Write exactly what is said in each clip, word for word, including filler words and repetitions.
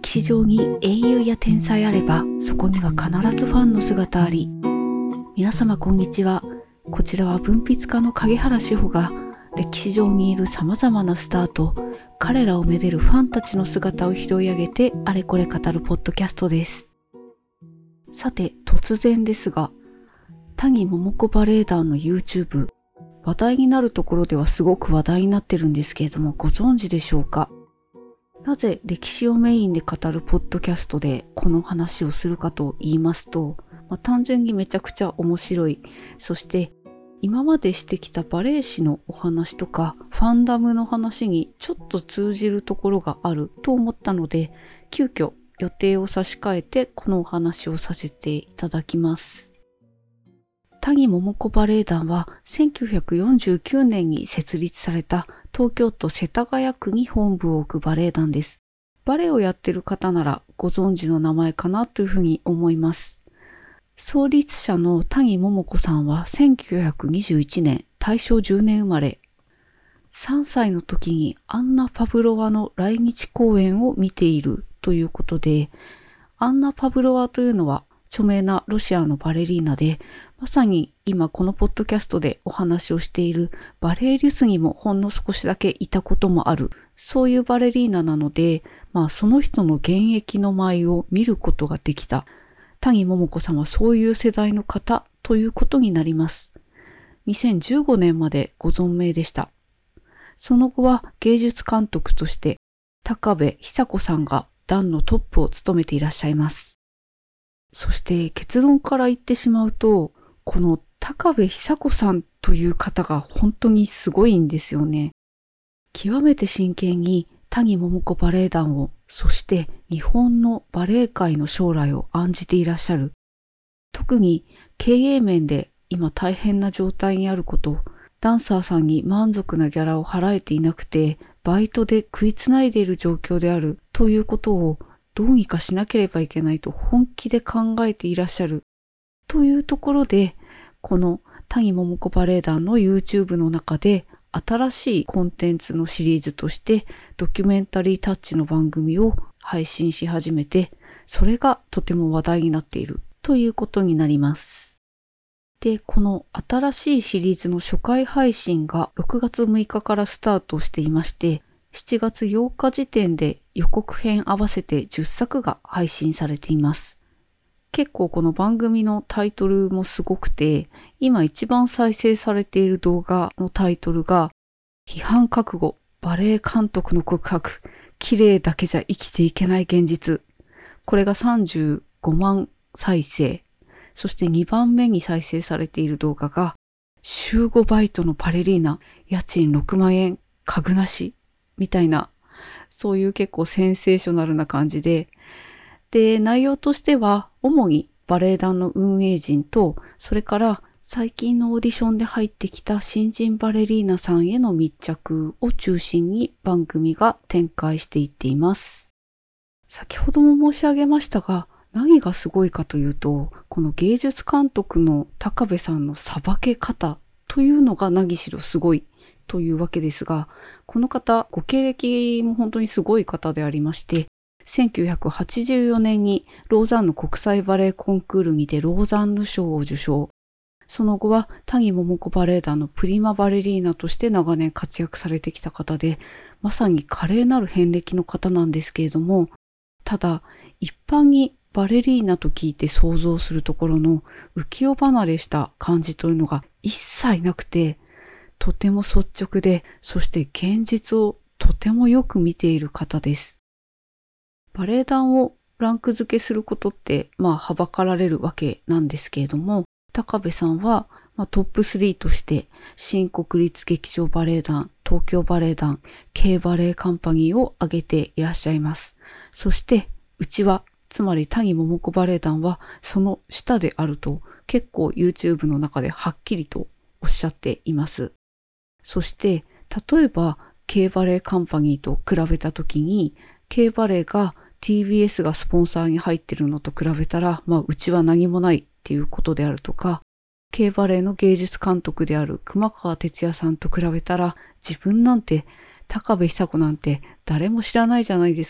歴史上に英雄や天才あれば、そこには必ずファンの姿あり。皆様こんにちは。こちらは文筆家の影原志保が、歴史上にいる様々なスターと、彼らをめでるファンたちの姿を拾い上げて、あれこれ語るポッドキャストです。さて、突然ですが、谷桃子バレエ団の YouTube、話題になるところではすごく話題になってるんですけれども、ご存知でしょうか？なぜ歴史をメインで語るポッドキャストでこの話をするかと言いますと、まあ、単純にめちゃくちゃ面白い。そして今までしてきたバレエ史のお話とかファンダムの話にちょっと通じるところがあると思ったので、急遽予定を差し替えてこのお話をさせていただきます。谷桃子バレエ団はせんきゅうひゃくよんじゅうきゅうねんに設立された東京都世田谷区に本部を置くバレエ団です。バレエをやってる方ならご存知の名前かなというふうに思います。創立者の谷桃子さんはせんきゅうひゃくにじゅういちねん、大正じゅうねん生まれ。さんさいの時にアンナ・パブロワの来日公演を見ているということで、アンナ・パブロワというのは著名なロシアのバレリーナで、まさに今このポッドキャストでお話をしているバレエリュスにもほんの少しだけいたこともある、そういうバレリーナなので、まあその人の現役の舞を見ることができた。谷桃子さんはそういう世代の方ということになります。にせんじゅうごねんまでご存命でした。その後は芸術監督として高部久子さんが団のトップを務めていらっしゃいます。そして結論から言ってしまうと、この高部久子さんという方が本当にすごいんですよね。極めて真剣に谷桃子バレエ団を、そして日本のバレエ界の将来を案じていらっしゃる。特に経営面で今大変な状態にあること、ダンサーさんに満足なギャラを払えていなくて、バイトで食いつないでいる状況であるということをどうにかしなければいけないと本気で考えていらっしゃる。というところで、この谷桃子バレエ団の YouTube の中で新しいコンテンツのシリーズとしてドキュメンタリータッチの番組を配信し始めて、それがとても話題になっているということになります。で、この新しいシリーズの初回配信がろくがつむいかからスタートしていまして、しちがつようか時点で予告編合わせてじゅっさくが配信されています。結構この番組のタイトルもすごくて、今一番再生されている動画のタイトルが、批判覚悟、バレエ監督の告白、綺麗だけじゃ生きていけない現実。これがさんじゅうごまんさいせい。そしてにばんめに再生されている動画が、週ごバイトのバレリーナ、家賃ろくまんえん、家具なし、みたいな、そういう結構センセーショナルな感じで、で、内容としては、主にバレエ団の運営陣と、それから最近のオーディションで入ってきた新人バレリーナさんへの密着を中心に番組が展開していっています。先ほども申し上げましたが、何がすごいかというと、この芸術監督の高部さんのさばけ方というのが何しろすごいというわけですが、この方、ご経歴も本当にすごい方でありまして、せんきゅうひゃくはちじゅうよねんにローザンヌ国際バレエコンクールにてローザンヌ賞を受賞。その後は谷桃子バレエ団のプリマバレリーナとして長年活躍されてきた方で、まさに華麗なる遍歴の方なんですけれども、ただ一般にバレリーナと聞いて想像するところの浮世離れした感じというのが一切なくて、とても率直で、そして現実をとてもよく見ている方です。バレエ団をランク付けすることってまあはばかられるわけなんですけれども、高部さんは、まあ、トップスリーとして新国立劇場バレエ団、東京バレエ団、Kバレエカンパニーを挙げていらっしゃいます。そしてうちは、つまり谷桃子バレエ団はその下であると結構 YouTube の中ではっきりとおっしゃっています。そして例えば K バレエカンパニーと比べたときに、K バレエが ティービーエス がスポンサーに入ってるのと比べたら、まあうちは何もないっていうことであるとか、K バレエの芸術監督である熊川哲也さんと比べたら、自分なんて高部久子なんて誰も知らないじゃないですか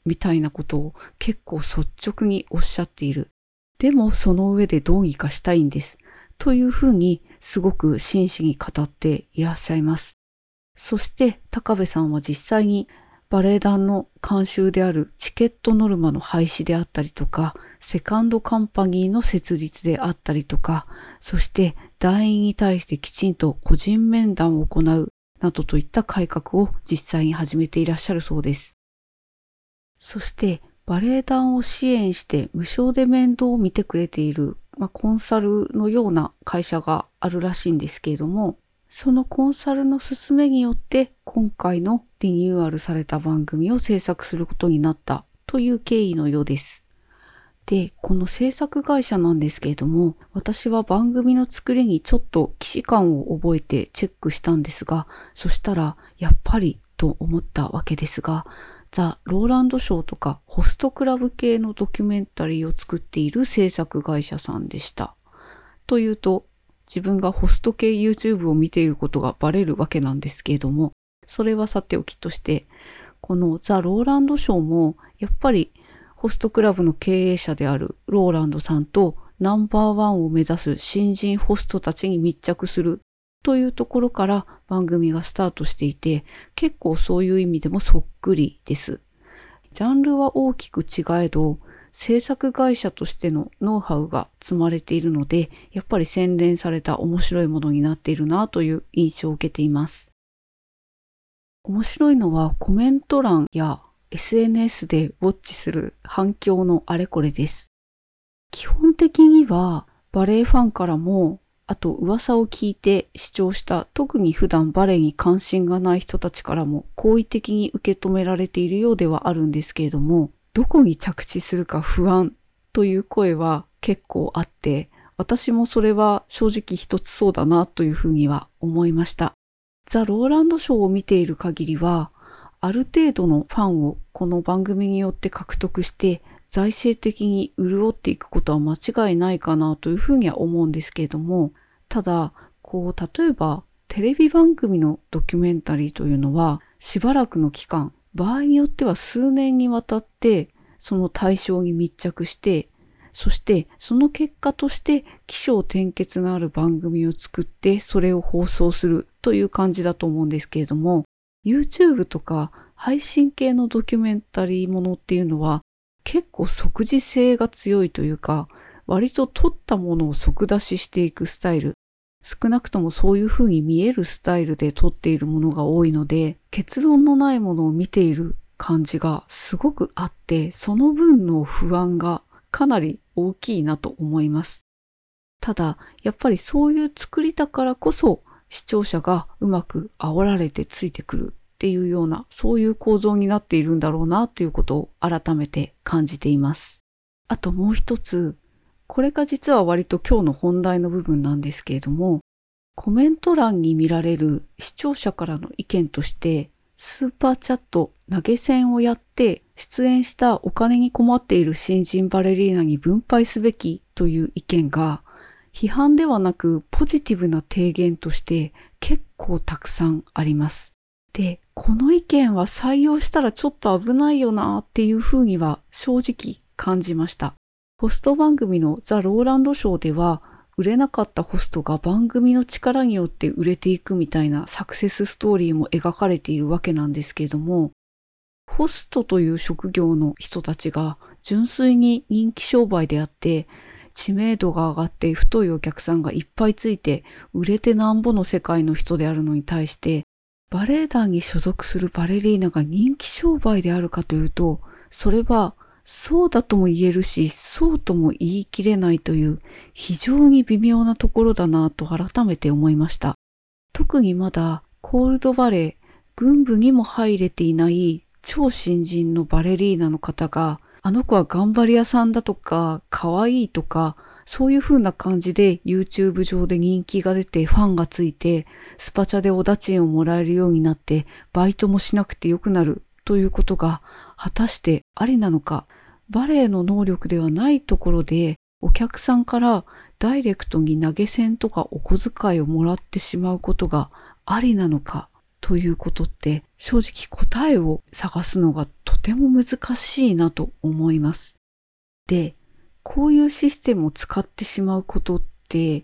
みたいなことを結構率直におっしゃっている。でもその上でどうにかしたいんです。というふうにすごく真摯に語っていらっしゃいます。そして高部さんは実際にバレエ団の慣習であるチケットノルマの廃止であったりとか、セカンドカンパニーの設立であったりとか、そして団員に対してきちんと個人面談を行うなどといった改革を実際に始めていらっしゃるそうです。そしてバレエ団を支援して無償で面倒を見てくれている、まあ、コンサルのような会社があるらしいんですけれども、そのコンサルの勧めによって今回のリニューアルされた番組を制作することになったという経緯のようです。で、この制作会社なんですけれども、私は番組の作りにちょっと既視感を覚えてチェックしたんですが、そしたらやっぱりと思ったわけですが、ザ・ローランドショーとかホストクラブ系のドキュメンタリーを作っている制作会社さんでした。というと、自分がホスト系 YouTube を見ていることがバレるわけなんですけれども、それはさておきとして、このザ・ローランドショーもやっぱりホストクラブの経営者であるローランドさんとナンバーワンを目指す新人ホストたちに密着するというところから番組がスタートしていて、結構そういう意味でもそっくりです。ジャンルは大きく違えど、制作会社としてのノウハウが積まれているので、やっぱり洗練された面白いものになっているなという印象を受けています。面白いのはコメント欄や エスエヌエス でウォッチする反響のあれこれです。基本的にはバレエファンからも、あと噂を聞いて視聴した特に普段バレエに関心がない人たちからも好意的に受け止められているようではあるんですけれども、どこに着地するか不安という声は結構あって、私もそれは正直一つそうだなというふうには思いました。ザ・ローランドショーを見ている限りは、ある程度のファンをこの番組によって獲得して財政的に潤っていくことは間違いないかなというふうには思うんですけれども、ただ、こう例えばテレビ番組のドキュメンタリーというのはしばらくの期間、場合によっては数年にわたってその対象に密着して、そしてその結果として起承転結のある番組を作ってそれを放送するという感じだと思うんですけれども、YouTube とか配信系のドキュメンタリーものっていうのは結構即時性が強いというか、割と撮ったものを即出ししていくスタイル、少なくともそういう風に見えるスタイルで撮っているものが多いので、結論のないものを見ている感じがすごくあって、その分の不安がかなり大きいなと思います。ただ、やっぱりそういう作りだからこそ視聴者がうまく煽られてついてくるっていうような、そういう構造になっているんだろうなということを改めて感じています。あともう一つ、これが実は割と今日の本題の部分なんですけれども、コメント欄に見られる視聴者からの意見として、スーパーチャット投げ銭をやって出演したお金に困っている新人バレリーナに分配すべきという意見が、批判ではなくポジティブな提言として結構たくさんあります。で、この意見は採用したらちょっと危ないよなっていうふうには正直感じました。ホスト番組のザ・ローランドショーでは、売れなかったホストが番組の力によって売れていくみたいなサクセスストーリーも描かれているわけなんですけれども、ホストという職業の人たちが純粋に人気商売であって、知名度が上がって太いお客さんがいっぱいついて売れてなんぼの世界の人であるのに対して、バレエ団に所属するバレリーナが人気商売であるかというと、それはそうだとも言えるし、そうとも言い切れないという非常に微妙なところだなと改めて思いました。特にまだコールドバレエ、群舞にも入れていない超新人のバレリーナの方が、あの子は頑張り屋さんだとか、可愛いとか、そういう風な感じで YouTube 上で人気が出てファンがついて、スパチャでお駄賃をもらえるようになって、バイトもしなくてよくなるということが果たしてありなのか、バレエの能力ではないところでお客さんからダイレクトに投げ銭とかお小遣いをもらってしまうことがありなのかということって、正直答えを探すのがとても難しいなと思います。で、こういうシステムを使ってしまうことって、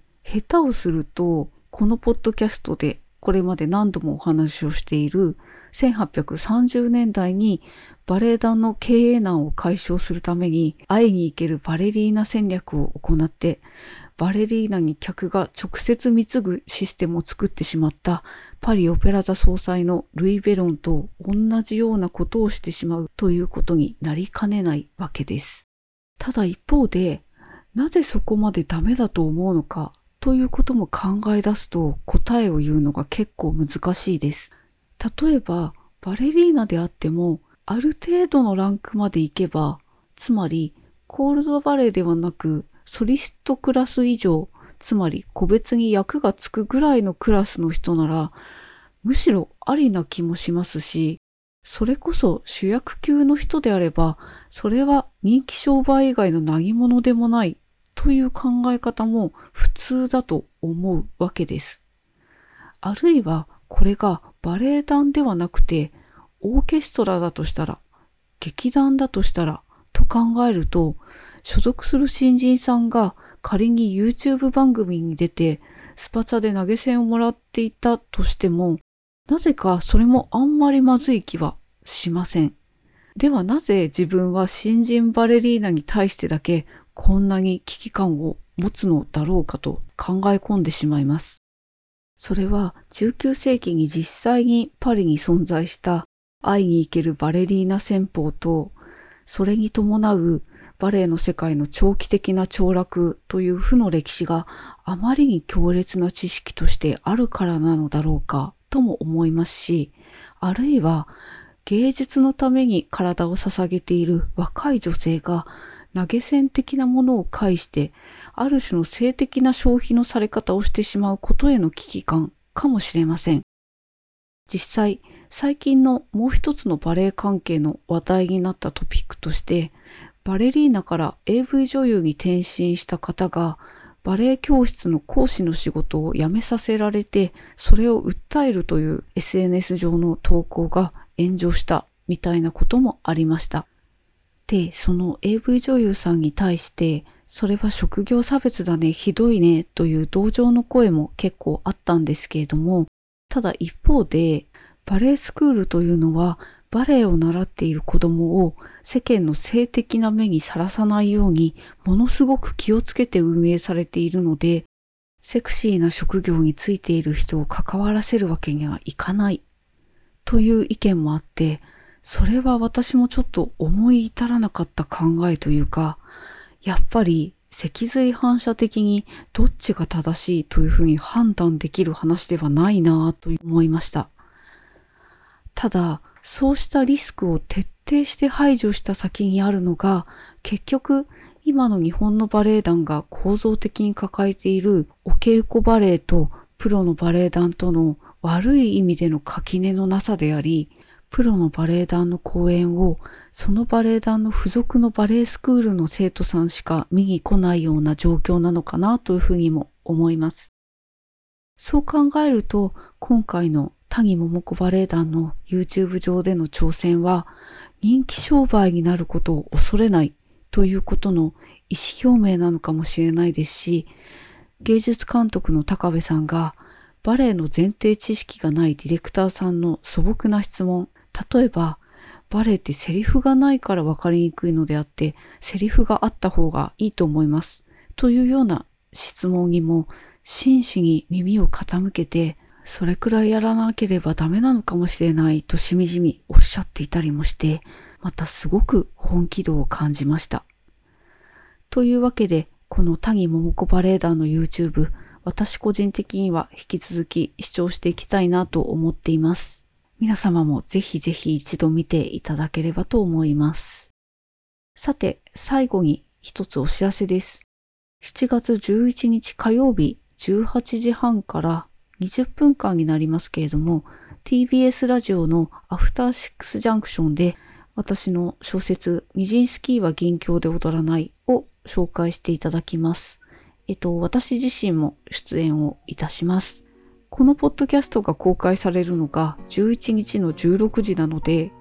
下手をすると、このポッドキャストでこれまで何度もお話をしているせんはっぴゃくさんじゅうねんだいにバレエ団の経営難を解消するために会いに行けるバレリーナ戦略を行って、バレリーナに客が直接貢ぐシステムを作ってしまったパリオペラ座総裁のルイ・ベロンと同じようなことをしてしまうということになりかねないわけです。ただ一方で、なぜそこまでダメだと思うのかということも考え出すと答えを言うのが結構難しいです。例えば、バレリーナであっても、ある程度のランクまで行けば、つまりコールドバレエではなくソリストクラス以上、つまり個別に役がつくぐらいのクラスの人なら、むしろありな気もしますし、それこそ主役級の人であれば、それは人気商売以外の何者でもないという考え方も普通だと思うわけです。あるいはこれがバレエ団ではなくてオーケストラだとしたら、劇団だとしたらと考えると、所属する新人さんが仮に YouTube 番組に出てスパチャで投げ銭をもらっていたとしても、なぜかそれもあんまりまずい気はしません。ではなぜ自分は新人バレリーナに対してだけこんなに危機感を持つのだろうかと考え込んでしまいます。それはじゅうきゅうせいきに実際にパリに存在した会いに行けるバレリーナ戦法と、それに伴うバレエの世界の長期的な凋落という負の歴史があまりに強烈な知識としてあるからなのだろうかとも思いますし、あるいは芸術のために体を捧げている若い女性が投げ銭的なものを介してある種の性的な消費のされ方をしてしまうことへの危機感かもしれません。実際、最近のもう一つのバレエ関係の話題になったトピックとして、バレリーナから エーブイ 女優に転身した方がバレエ教室の講師の仕事を辞めさせられて、それを訴えるという エスエヌエス 上の投稿が炎上したみたいなこともありました。で、その エーブイ 女優さんに対して、それは職業差別だね、ひどいねという同情の声も結構あったんですけれども、ただ一方で、バレエスクールというのはバレエを習っている子供を世間の性的な目にさらさないようにものすごく気をつけて運営されているので、セクシーな職業についている人を関わらせるわけにはいかないという意見もあって、それは私もちょっと思い至らなかった考えというか、やっぱり脊髄反射的にどっちが正しいというふうに判断できる話ではないなぁと思いました。ただ、そうしたリスクを徹底して排除した先にあるのが、結局今の日本のバレエ団が構造的に抱えているお稽古バレエとプロのバレエ団との悪い意味での垣根のなさであり、プロのバレエ団の公演をそのバレエ団の付属のバレエスクールの生徒さんしか見に来ないような状況なのかなというふうにも思います。そう考えると、今回の谷桃子バレエ団の YouTube 上での挑戦は、人気商売になることを恐れないということの意思表明なのかもしれないですし、芸術監督の高部さんがバレエの前提知識がないディレクターさんの素朴な質問、例えば、バレエってセリフがないから分かりにくいのであって、セリフがあった方がいいと思います。というような質問にも真摯に耳を傾けて、それくらいやらなければダメなのかもしれないとしみじみおっしゃっていたりもして、またすごく本気度を感じました。というわけで、この谷桃子バレエ団の YouTube、私個人的には引き続き視聴していきたいなと思っています。皆様もぜひぜひ一度見ていただければと思います。さて、最後に一つお知らせです。しちがつじゅういちにち火曜日じゅうはちじはんからにじゅっぷんかんになりますけれども、ティービーエス ラジオのアフターシックスジャンクションで私の小説ニジンスキーは銀鏡で踊らないを紹介していただきます。えっと、私自身も出演をいたします。このポッドキャストが公開されるのがじゅういちにちのじゅうろくじなので、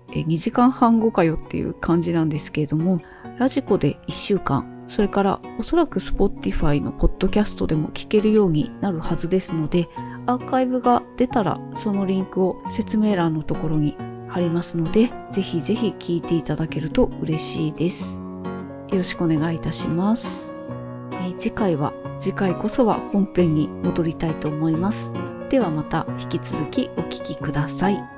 えにじかんはん後かよっていう感じなんですけれども、ラジコでいっしゅうかん、それからおそらく Spotify のポッドキャストでも聞けるようになるはずですので、アーカイブが出たらそのリンクを説明欄のところに貼りますので、ぜひぜひ聞いていただけると嬉しいです。よろしくお願いいたします。えー、次回は次回こそは本編に戻りたいと思います。ではまた引き続きお聞きください。